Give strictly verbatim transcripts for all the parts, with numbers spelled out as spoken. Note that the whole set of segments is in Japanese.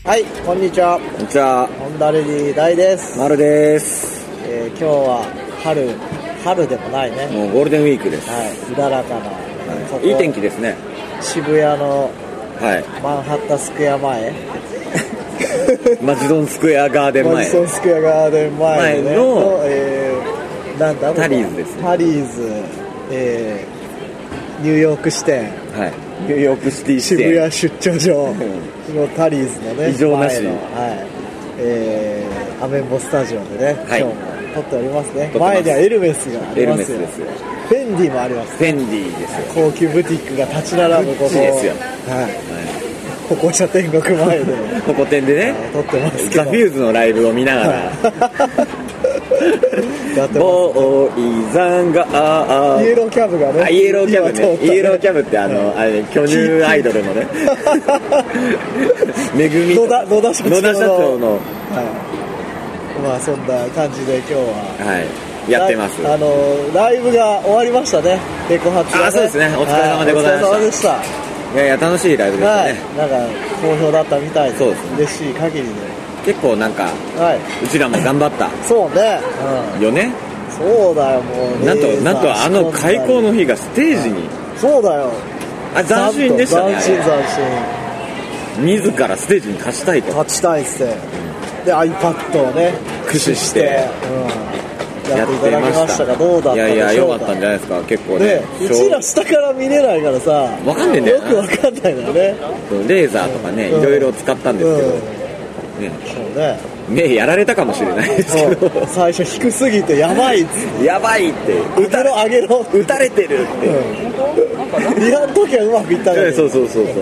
はい、こんにちは。 こんにちは。 ホンダレディ大です。 丸です。 えー、今日は春、春でもないね。 もうゴールデンウィークです。 はい、うららかな、 はい、いい天気ですね。 渋谷のマンハッタンスクエア前、はい、 マジドンスクエアガーデン前。 マジドンスクエアガーデン前、ね、 の、 えー、なんだタリーズですね。 タリーズ、えー、ニューヨーク支店。 はい。ニューヨークシティ支店。 渋谷出張所のタリーズのね、 異常なし。 はい。えー、アメンボスタジオでね、はい、今日も撮っておりますね。前ではエルメスがありますよ。 エルメスですよ。 フェンディもあります、ね。 フェンディですよ。 高級ブティックが立ち並ぶことですよ。 はい。はい、歩行者天国前で歩行天でね、 撮ってますけど。 ザ・フューズのライブを見ながら。ボーイザンがあイエローキャブがね、 イエローキャブね、イエローキャブってあの、あれ巨乳アイドルのねめぐみ野田野田社長の、 野田社長の、はい、 まあそんな感じで今日は、 はい、やってます。 あのライブが終わりましたね。レコ発がね。 あ、そうですね。お疲れ様でございました。 はい、お疲れ様でした。 いやいや楽しいライブでしたね。 はい、なんか好評だったみたいで、 そうですね、 嬉しい限りで。 結構なんか、はい、うちらも頑張った。 そうね、うん、 よね。 そうだよ、もうなんとなんとあの開校の日がステージに、 そうだよ、 あ、斬新でしたね。 斬新斬新。 自らステージに立ちたいと。 立ちたいっすね。で iPad をね駆使して、 うん、やっていただきましたが、どうだったでしょうか。 いやいや良かったんじゃないですか。結構ね。 でうちら下から見れないからさ、 わかんねえんだよな。 よくわかんないんだよね。 レーザーとかね、いろいろ使ったんですけど、うんね、そうね、 目やられたかもしれないですけど、 最初低すぎてやばいっつってやばいって上げろ上げろ撃たれてるって、 うん、リハの時はうまくいったのに、 そうそうそうそう、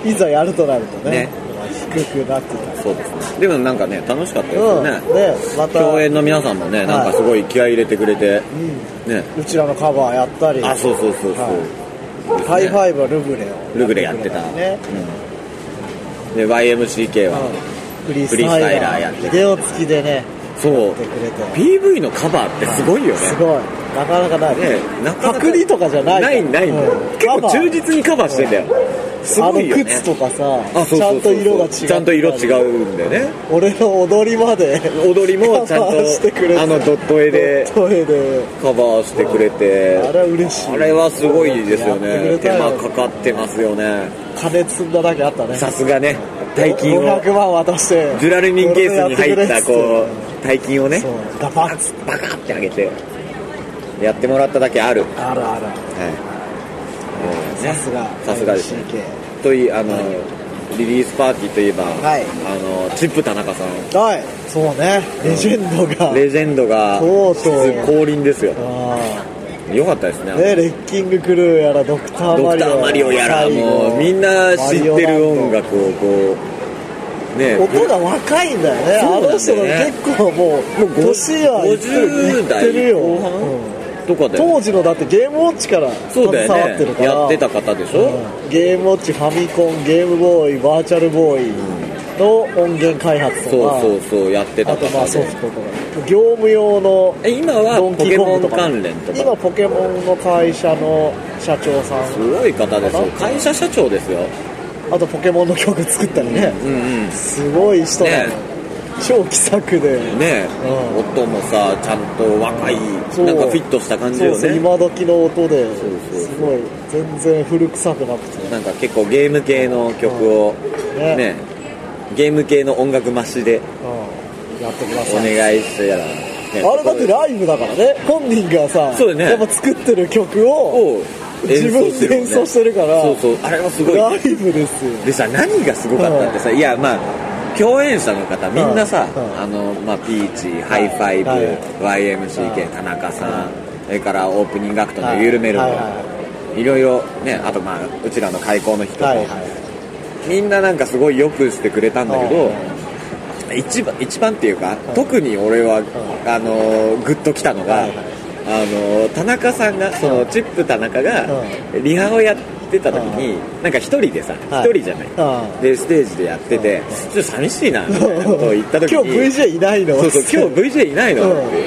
いざやるとなるとね、 ね、 低くなってた。 そうですね。でもなんかね楽しかったですよね。 うん、ね、また共演の皆さんもね、なんかすごい気合い入れてくれて、 うん、ね、うちらのカバーやったり、 あ、そうそうそうそう、 はい、ハイファイブはルグレをルグレやってたね、うん、で ワイエムシーケー は、うん、フリースタイラーやってて、 ビデオ付きでね、 そう ピーブイ のカバーってすごいよね。 すごい、なかなかない、ね、 なかなかパクリとかじゃないないない、うん、結構忠実にカバーしてんだよ、うん、すごいよね。 あの靴とかさ、 あ、そうそうそうそう、 ちゃんと色が違う、 ちゃんと色違うんだよね。 俺の踊りまで踊りもちゃんとあのドット絵でドット絵でカバーしてくれて、 あれは嬉しい。 あれはすごいですよね。手間かかってますよね。 金積んだだけあったね。さすがね、大金をごひゃくまん渡してジュラルミンケースに入ったこう大金をね、 ガバッバカってあげてやってもらっただけある。 あるある。さすがさすがですね。というあの、はい、リリースパーティーといえば、はい、あのチップ田中さん、 はい、そうね、レジェンドが、 レジェンドがとうとう降臨ですよ。よかったですね。 ね、レッキングクルーやらドクターマリオ、 ドクターマリオやら、もうみんな知ってる音楽をこうね、 音が若いんだよね。あの人が結構もう年はごじゅう代後半、とかで当時のだってゲームウォッチから携わってるから、 やってた方でしょ、うん、 ゲームウォッチ、ファミコン、ゲームボーイ、バーチャルボーイの音源開発とか、 そうそうそうやってた方で、 あとまあソフトとか業務用のえ今はポケモン関連とか、 今ポケモンの会社の社長さん、 すごい方ですよ。会社社長ですよ。 あとポケモンの曲作ったりね、うんうん、すごい人だね。超気さくでね、うん、音もさちゃんと若いなんかフィットした感じよね。 そうそう、今時の音で、そうそうそう、すごい全然古臭くなくて、 なんか結構ゲーム系の曲を、うん、ね, ねゲーム系の音楽増しで、 うん、やってください。 お願いしてやら、ね、 あれだってライブだからね、本人がさ、そうだね、やっぱ作ってる曲を自分で演奏してるから、 そうそう、あれはすごいライブですよ。 でさ、何がすごかったってさ、うん、いやまあ共演者の方みんなさ、うんうん、あのまあ、ピーチ、ハイファイブ、はい、ワイエムシーケー、田中さん、はい、それからオープニングアクトのゆるめるも、はいはい、いろいろね、あとまあうちらの開講の人も、はいはい、みんななんかすごいよくしてくれたんだけど、一番一番っていうか、はい、特に俺は、はい、あのグッときたのが、はいはい、あの田中さんがそのチップ田中がリハをやってた時になんか一人でさ一人じゃないでステージでやっててちょっと寂しいなみたいなことを言った時に今日 ブイジェー いないのそうそう今日 ブイジェー いないのって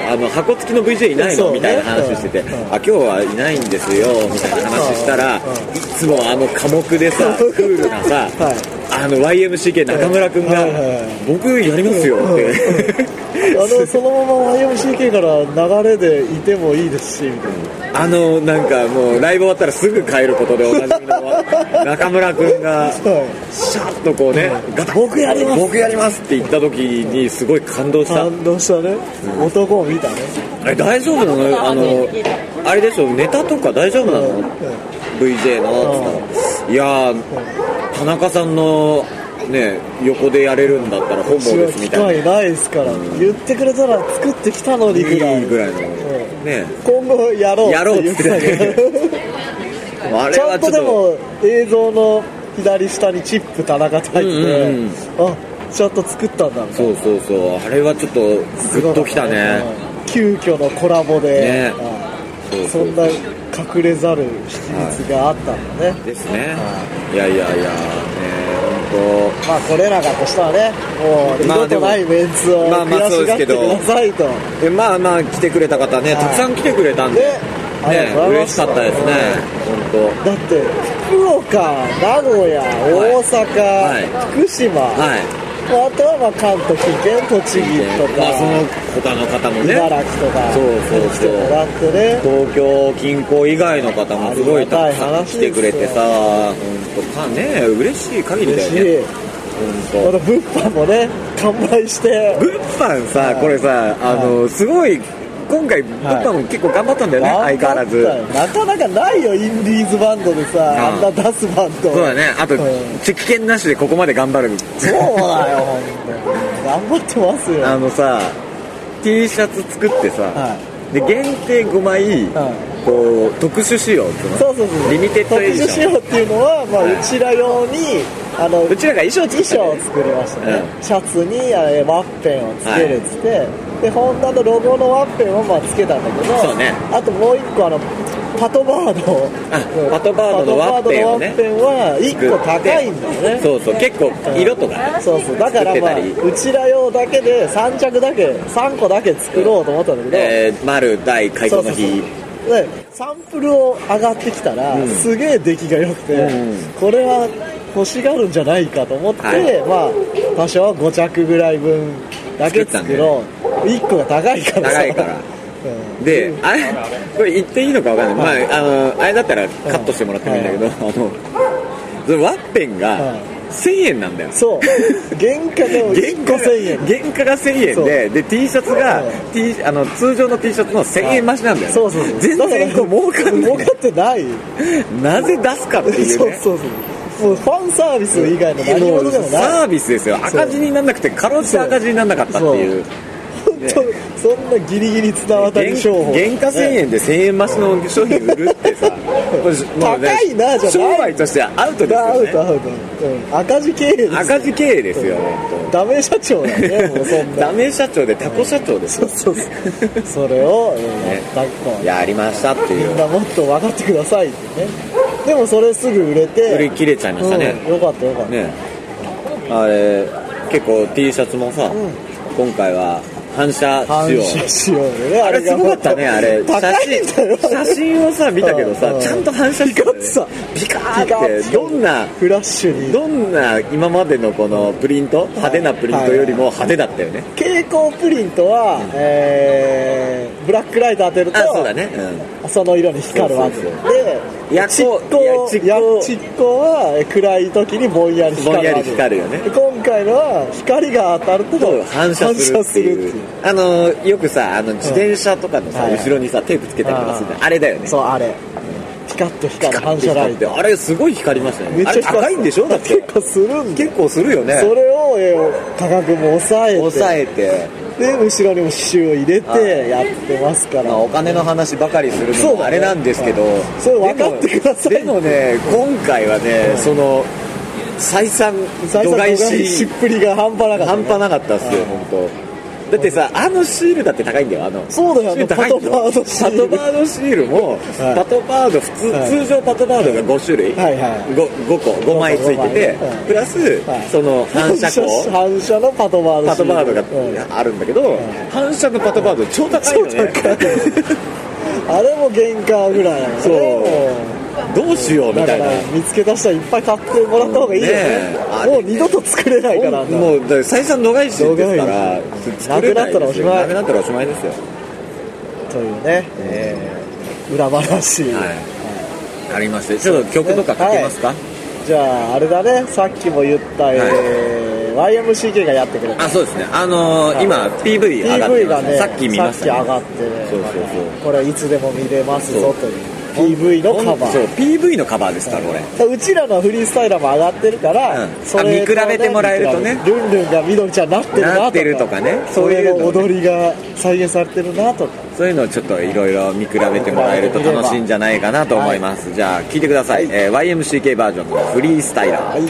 あの箱付きの ブイジェー いないの、ね、みたいな話してて、うん、あ今日はいないんですよみたいな話したら、うん、いつもあの寡黙でさクールなさ、はい、あの ワイエムシーケー 中村くんが、はいはいはい、僕やりますよって、 うん、あのそのまま ワイエムシーケー から流れでいてもいいですしみたいな、あのなんかもうライブ終わったらすぐ帰ることでおなじみの中村くんがシャッとこうね、 ガタ僕やります僕やりますって言った時にすごい感動した。 感動したね、うん、男を見たね。 あれ大丈夫なの？あのあれでしょ、ネタとか大丈夫なの？うん、ブイジェー のって言ったら、いやー、うん、田中さんのね横でやれるんだったら本望ですみたいな。 機会ないですから、うん、言ってくれたら作ってきたのにぐらいいいぐらいの、うん、ね今後やろうやろうって言ってたねあれちゃんとでも映像の左下にチップ田中って入ってて、うんうんうん、あちゃんと作ったんだみたいな。 そうそうそう、あれはちょっとグッときたね。 急遽のコラボで、 ね、 そうそうそう、そんな隠れざる史実があったんだね、 はい、ですね、はい、いやいやいやね、本当まあ来れなかった人はねもう二度とないメンツを悔しがってくださいと、まあまあ、 でまあまあ来てくれた方ね、はい、たくさん来てくれたんで、ね、嬉しかったですね、本当。 だって福岡、名古屋、大阪、はい、福島、はいあとはまあ関東近辺、栃木とか、 まあ、その他の方もね、 茨城とか、 そうそうそう、 だってね、 東京近郊以外の方もすごいたくさん来てくれてさ、本当かね、嬉しい限りだよね。 本当。また物販もね、完売して。 物販さ、これさ、あのすごい。今回物販も結構頑張ったんだよね、はい、相変わらずなかなかないよ、インディーズバンドでさ、あんな出すバンド。 そうだね、あと、うん、チェキ券なしでここまで頑張る。 そうだよ、本当頑張ってますよ。 あのさ T シャツ作ってさ、はい、で限定ごまい、はい、こう特殊仕様っていうの、 そうそうそう、 リミテッドエディション特殊仕様っていうのは、まあ、うちら用にあのうちらが衣装作った、ね、 衣装を作りましたね、うん、シャツにワッペンをつけるっつって、はい、でホンダのロゴのワッペンをまあつけたんだけど、 そうね、 あともう一個あのパトバード、 あパトバードのワッペンをね、 パトバードのワッペンは一個高いんだよね。 そうそう、結構色とか、 うん、そうそう、だからまあうちら用だけでさん着だけさんこだけ作ろうと思ったんだけど、 えー、丸大開業の日、そうそうそうでサンプルを上がってきたら、うん、すげえ出来が良くて、うん、これは欲しがるんじゃないかと思って、はい、まあ多少ご着ぐらい分だけ作ろう、いっこが高いからさ、 高いからうん、で、あれこれ言っていいのか分かんない、はい、まあ、あのあれだったらカットしてもらってもいいんだけど、はい、あのそのワッペンがせんえんなんだよ。 そう原価のいっこせんえん、 原価がせんえんで、で T シャツが、T、あの通常の T シャツのせんえん増しなんだよ、ね、 そうそうそう、 全然こう儲かんない、 儲かってないなぜ出すかっていうね、 そうそうそう、もうファンサービス以外の何事でもない、 サービスですよ、赤字にならなくてかろうじて赤字にならなかったっていう、 本当、ね、そんなギリギリ綱渡り商法、 原価せんえんでせんえん増しの商品売るってさ高いな、じゃあ商売としてはアウトですよね、 アウトアウト、うん、赤字経営ですよ、 赤字経営ですよ、 うん、ダメ社長だね、もうそんなダメ社長でタコ社長ですよ、 うん、そうそうそう、それを、ね、 やりましたっていう、 みんなもっと分かってくださいってね。でもそれすぐ売れて売り切れちゃいましたね、 うん、よかったよかった、ね、 あれ結構 T シャツもさ、うん、今回は反射仕様、 反射仕様ね、 あれすごかったね、あれ写真写真をさ見たけどさ、ちゃんと反射してる、ね、ピカーってどんなフラッシュにどんな今までのこのプリント、派手なプリントよりも派手だったよね。 蛍光プリントは、うん、えー、ブラックライト当てると、 あ、そうだね、うん、 その色に光るわけで、 薬光は暗い時にぼんやり光る、 ぼんやり光るよね。 今回のは光が当たると反射するっていう、あのよくさ、あの自転車とかのさ、うん、後ろにさテープつけたりとかする、あれだよね。 そう、あれピカッと光る反射ライト、 あれすごい光りましたね。 めっちゃ光る、 高いんでしょ、だって結構するん結構するよね。 それを、えー、価格も抑えて抑えてで後ろにも刺繍を入れてやってますから、 まあ、お金の話ばかりするのもあれなんですけど、 それ分かってください。 でもね、今回はね、うん、その採算度外視っぷりが半端なかった、ね、 半端なかったっすよ、うん、本当だってさ、あのシールだって高いんだよ。あのそうだよ、パトバードシール。 パトバードシールも、はい、パトバード普通、はい、通常パトバードがご種類、はいはい、5, 5個ごまいついてて、はい、プラス、はい、その反射光反射のパトバードパトバードがあるんだけど、はい、反射のパトバード超高いよね。 あれも原価ぐらいなのね。 そうどうしようみたいな。 見つけた人はいっぱい買ってもらった方がいいよね。ねもう二度と作れないからもう採算度外視ですからなくなったらおしまいなくなったらおしまいですよというね、えー、裏話、はいはい、 ありまして、ちょっと曲とかかけますか、はい、 じゃああれだね、さっきも言った、はいえー、ワイエムシーケー がやってくれた。 あ、そうですね、あのーはい、今 ピーブイ 上がってますね。 ピーブイ がね、 さっき見ましたね。 さっき上がってね、 そうそうそう、 これいつでも見れますぞという ピーブイ のカバー。 そう ピーブイ のカバーですからこれ。 うちらのフリースタイラーも上がってるから、うん、 それ、ね、見比べてもらえるとね、 ルンルンがみどりちゃんになってるなとか、 なってるとかね、 そういうの踊りが再現されてるなとか、 そういうのをちょっといろいろ見比べてもらえると楽しいんじゃないかなと思います、はい、じゃあ聴いてください、はいえー、ワイエムシーケー バージョンのフリースタイラー、はい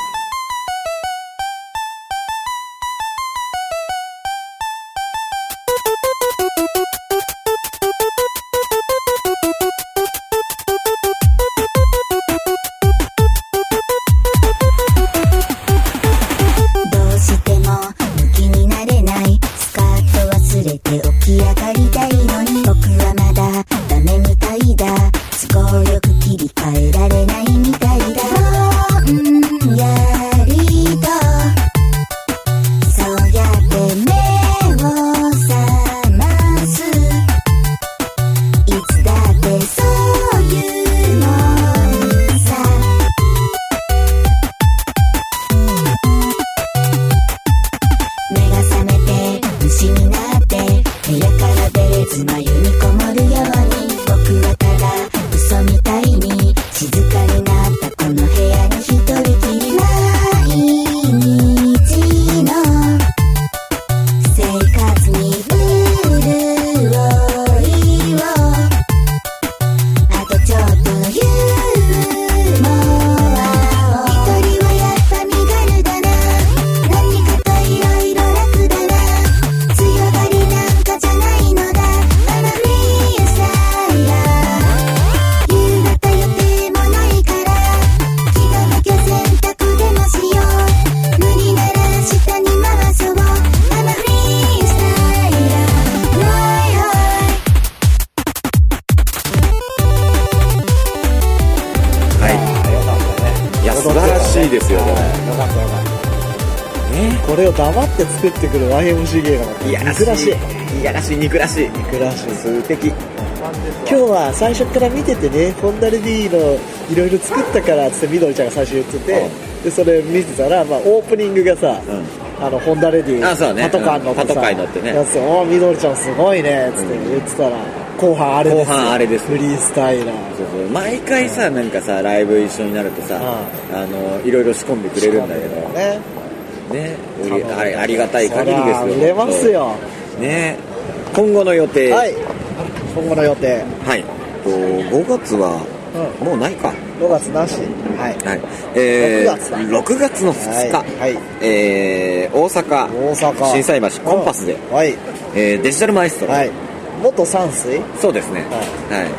これを黙って作ってくる ワイエムシーケー がいや憎らしいいやらしい憎らしい憎らしい数的。 今日は最初から見ててね、ホンダレディのいろいろ作ったからっつってみどりちゃんが最初言ってて、うん、でそれ見てたら、まあ、オープニングがさ、うん、あのホンダレディあそう、ね、 パトカー乗ってさ、 うん、パトカー乗ってね、 やつおみどりちゃんすごいねっつって言ってたら、後半あれです後半あれですフリースタイラー。 そうそう毎回さ、なんかさライブ一緒になるとさ、うん、あのいろいろ仕込んでくれるんだけどねね、あり、ありがたい限りですよ。 売れますよ。 ね、今後の予定。 はい。今後の予定。 はい。とごがつは、うん、もうないか。 ごがつなし。はい。 はい。えー、ろくがつのふつか、はいはい、えー、大阪、 大阪心斎橋コンパスで、 はい。 えー、デジタルマエストロ。 はい。元山水。 そうですね。はい。はい、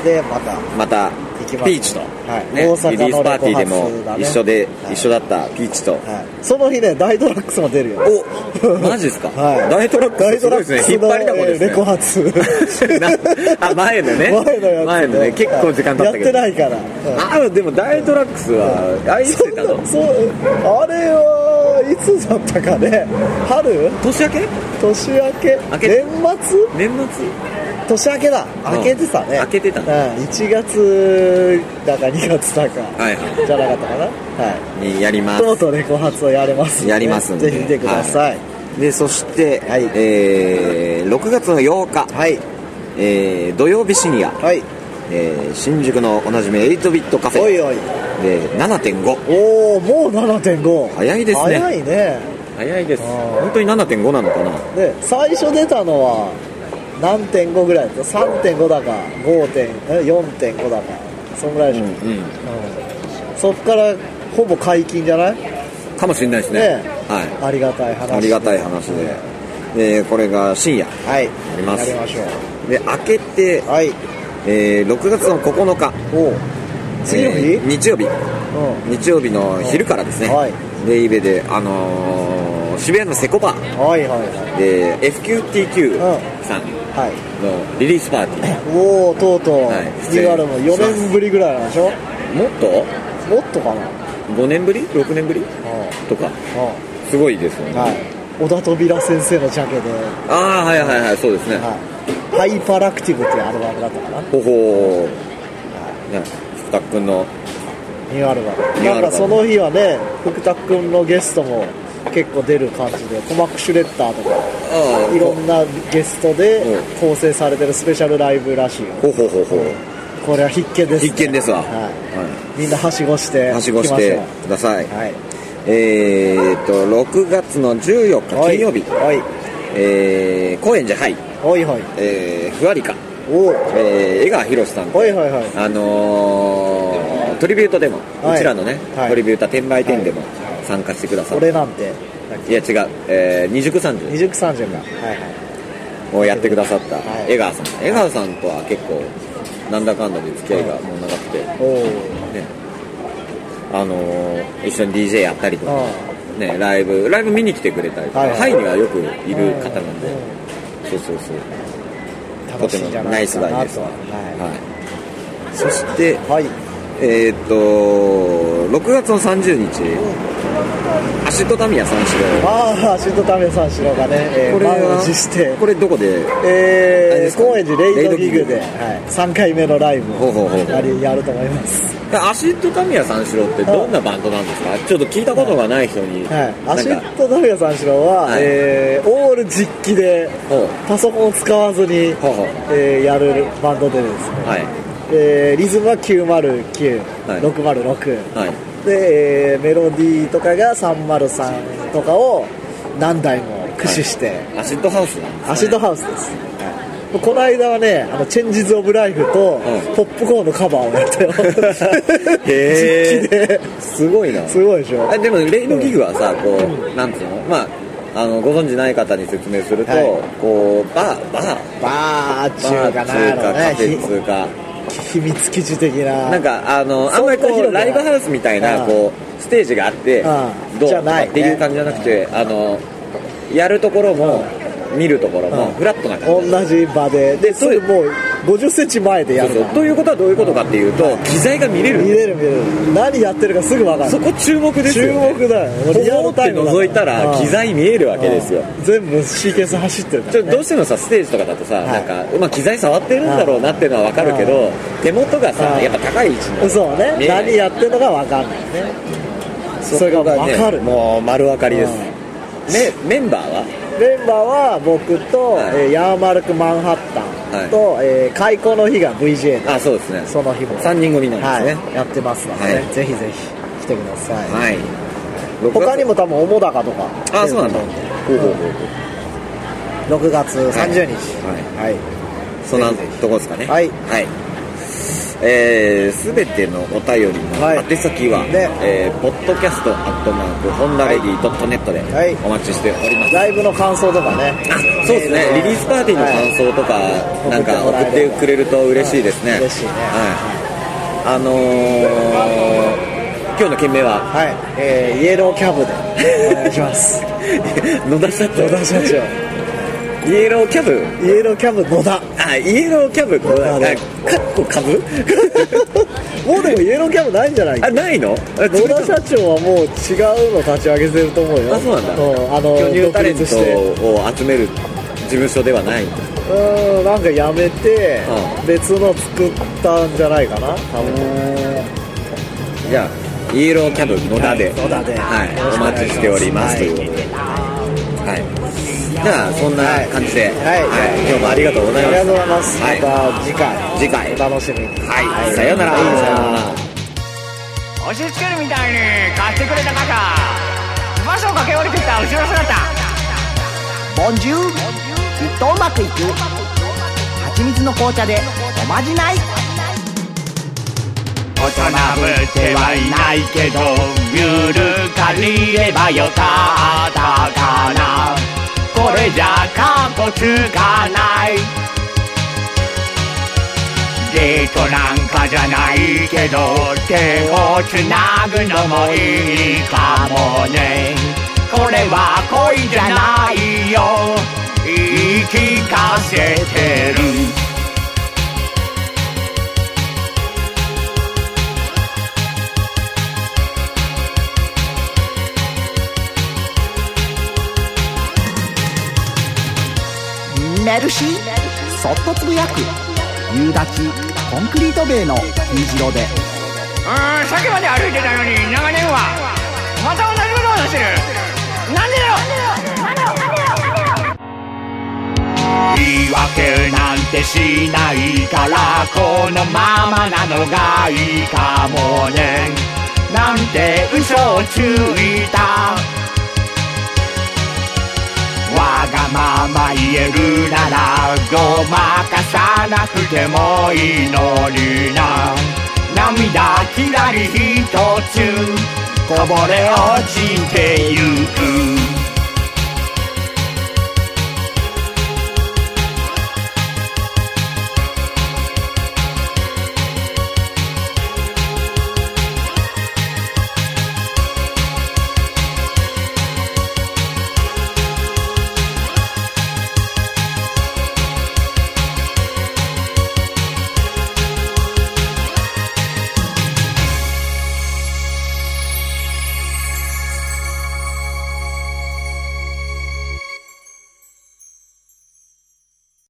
でまた。 また。ピーチと、 はいね、 大阪のリリースパーティーでも一緒で、 はい、 一緒だったピーチと、はい、 その日ね大トラックスも出るよ。 おマジですか、 はい、 大トラックスすごいですね。引っ張りだこですね。 レコ発あ前のね前のやつ前のね結構時間経ったけどやってないから、 ああでも大トラックスは愛してたの。 そうあれはいつだったかね。春年明け年明け明け年末年末年明けだ明けてたね。 明けてた、 うん、いちがつだかにがつだか、はいはい、じゃなかったかな、はい、 にやります。 とうとうレコ発をやれますんで、 やりますんでぜひ見てください、 はい、でそして、はいえー、ろくがつのようか、はいえー、土曜日シニア、はいえー、新宿のおなじみエイトビットカフェおいおいで ななてんごおおもう ななてんご早いですね。 早いね早いです。本当に ななてんご なのかな。 で最初出たのは何点ごぐらいだった さんてんご だか ごてんよんてんご だかそんぐらいでしょ、うんうんうん、そっからほぼ解禁じゃないかもしれないですね。ね、 はい、ありがたい話ありがたい話でえー、これが深夜はいやります。 やりましょう。 で明けて、 はい、 えー、ろくがつのここのか、 お次の日、 えー、日曜日、 うん、 日曜日の昼からですね、 はい、 デイベで、あのー、渋谷のセコバー、 はいはいはい、 で エフキューティーキュー さんのリリースパーティー、 うん、おおとうとう、はい、ニューアルバムよねんぶりぐらいなんでしょ。 もっともっとかな、 ごねんぶりろくねんぶりとか、すごいですよね、はい、 小田扉先生のジャケで、 ああはいはいはい、そうですね、 はい、ハイパラクティブっていうアルバムだったかな。 ほほー、ね、福田君のニューアルバム、なんかその日はね、福田君のゲストも結構出る感じで、コマックシュレッダーとかいろんなゲストで構成されてるスペシャルライブらしいよ。 ほほほほ、 これは必見です、ね、 必見ですわ、はいはい、みんなはしごしてはしごしてください、 はい、 えーとろくがつのじゅうよっか金曜日、 はい、 えー、高円寺ハイ、 はいはい、 えー、ふわりか、 お、 えー、江川博さんと、 はいはいはい、 あのー、トリビュートでも、はい、うちらのね、はい、トリビューター転売店でも参加してください。 俺なんていや違う、えー、二熟三十二熟三十か、はいはい、 をやってくださった江川さん、江川さんとは結構なんだかんだで付き合いがもう長くて、ね、あのー、一緒に ディージェー やったりとか、ね、ライブライブ見に来てくれたりとか、はいはい、ハイにはよくいる方なんで、そうそうそう、とてもナイスガイです、はいはい、そして、はい、えー、っとろくがつのさんじゅうにち、アシッドタミヤ三四郎、 ああアシッドタミヤ三四郎がね、えー、これ満を持して、 これどこで、 えー、高円寺レイドギグで、はい、さんかいめのライブをやりやると思います。 アシッドタミヤ三四郎ってどんなバンドなんですか？ちょっと聞いたことがない人に、 はいはい、アシッドタミヤ三四郎は、はい、えー、オール実機でパソコンを使わずに、えー、やるバンドでですね、はい、えー、リズムはきゅうまるきゅう、はい、ろくまるろく、はい、で、えー、メロディーとかがさんまるさんとかを何台も駆使して、 はい、アシッドハウスなんですかね。 アシッドハウスです、はい、この間はね、あのチェンジズ・オブ・ライフと、うん、ポップコーンのカバーをやったよへ実機ですごいな。 すごいでしょ。 でもレイドギグはさ、こう、うん、なんていうの、まああのご存知ない方に説明すると、はい、こうバーバーバー中華なのね、 カフェ通か秘密基地的な、 なんかあのあんまりこうライブハウスみたいなこうステージがあってどうとかっていう感じじゃなくて、あのやるところも見るところもフラットな感じ、 同じ場ででそれもうごじゅっセンチまえでやる。 そうそう、ということはどういうことかっていうと、機材が見れる見れる見れる、何やってるかすぐ分かる。 そこ注目ですよね。 注目だよ。 リアルタイム覗いたら機材見えるわけですよ。 全部シーケンス走ってるから、ね、 ちょどうしてもさステージとかだとさ、はい、なんか、まあ、機材触ってるんだろうなっていうのは分かるけど、手元がさやっぱ高い位置に、 そうね、何やってるのか分かんないね。それが分かる、 ね、もう丸分かりです。メンバーはメンバーは僕と、はい、えー、ヤーマルクマンハッタンと、はい、えー、開校の日が ブイジェー で、 あ、そうですね、 その日もさんにん組なんですね、 はい、やってますので、ね、はい、ぜひぜひ来てください、 はい、 他にも多分おもだかとか、 あ、そうなんだ、ほうほうほう、 ろくがつさんじゅうにち、はい、はい、 そんなとこですかね。 はい、はい、 えー、全てのお便りの宛先は、はい、えー、ポッドキャストアットマークホンダレディドットネットでお待ちしております。 ライブの感想とかね、 あ、そうですね、リリースパーティーの感想とか、はい、なんか送ってくれると嬉しいですね。 嬉しいね、 はい、あのー、今日の件名は、 はい、えー、イエローキャブでお願いします野田社長、 野田社長イエローキャブ、 イエローキャブ野田、 あ、イエローキャブ野田、カッコ株もうでもイエローキャブないんじゃないか。 あ、ないの？ 野田社長はもう違うの立ち上げてると思うよ。 あ、そうなんだ、 うん、あの巨乳タレントを集める事務所ではない。 うん、なんかやめて、うん、別の作ったんじゃないかな、多分。 じゃあイエローキャブ野田で、 野田で、 はい、お待ちしております、はい、ということで、はい、じゃあそんな感じで、はいはい、今日もありがとうございます。 ありがとうございます、はい、また次回次回お楽しみに、 はい、はい、さようなら、はい、さようなら。 押し付けるみたいに貸してくれた傘、場所を駆け下りてきた後ろ姿、ボンジュール、きっとうまくいく、蜂蜜の紅茶でおまじない。大人ぶってはいないけど、ゆるかりればよかったかな。 これじゃカッコつかない。デートなんかじゃないけど手をつなぐのもいいかもね。これは恋じゃないよ、言い聞かせてる。 メルシー、そっとつぶやく夕立コンクリート塀の虹色で。 うーん、さっきまで歩いてたのに長年はまた同じことをしてる。なんでだろう。言い訳なんてしないからこのままなのがいいかもね。なんて嘘をついた。わがまま言えるならごまかさなくてもいいのにな。涙きらりひとつこぼれ落ちてゆく。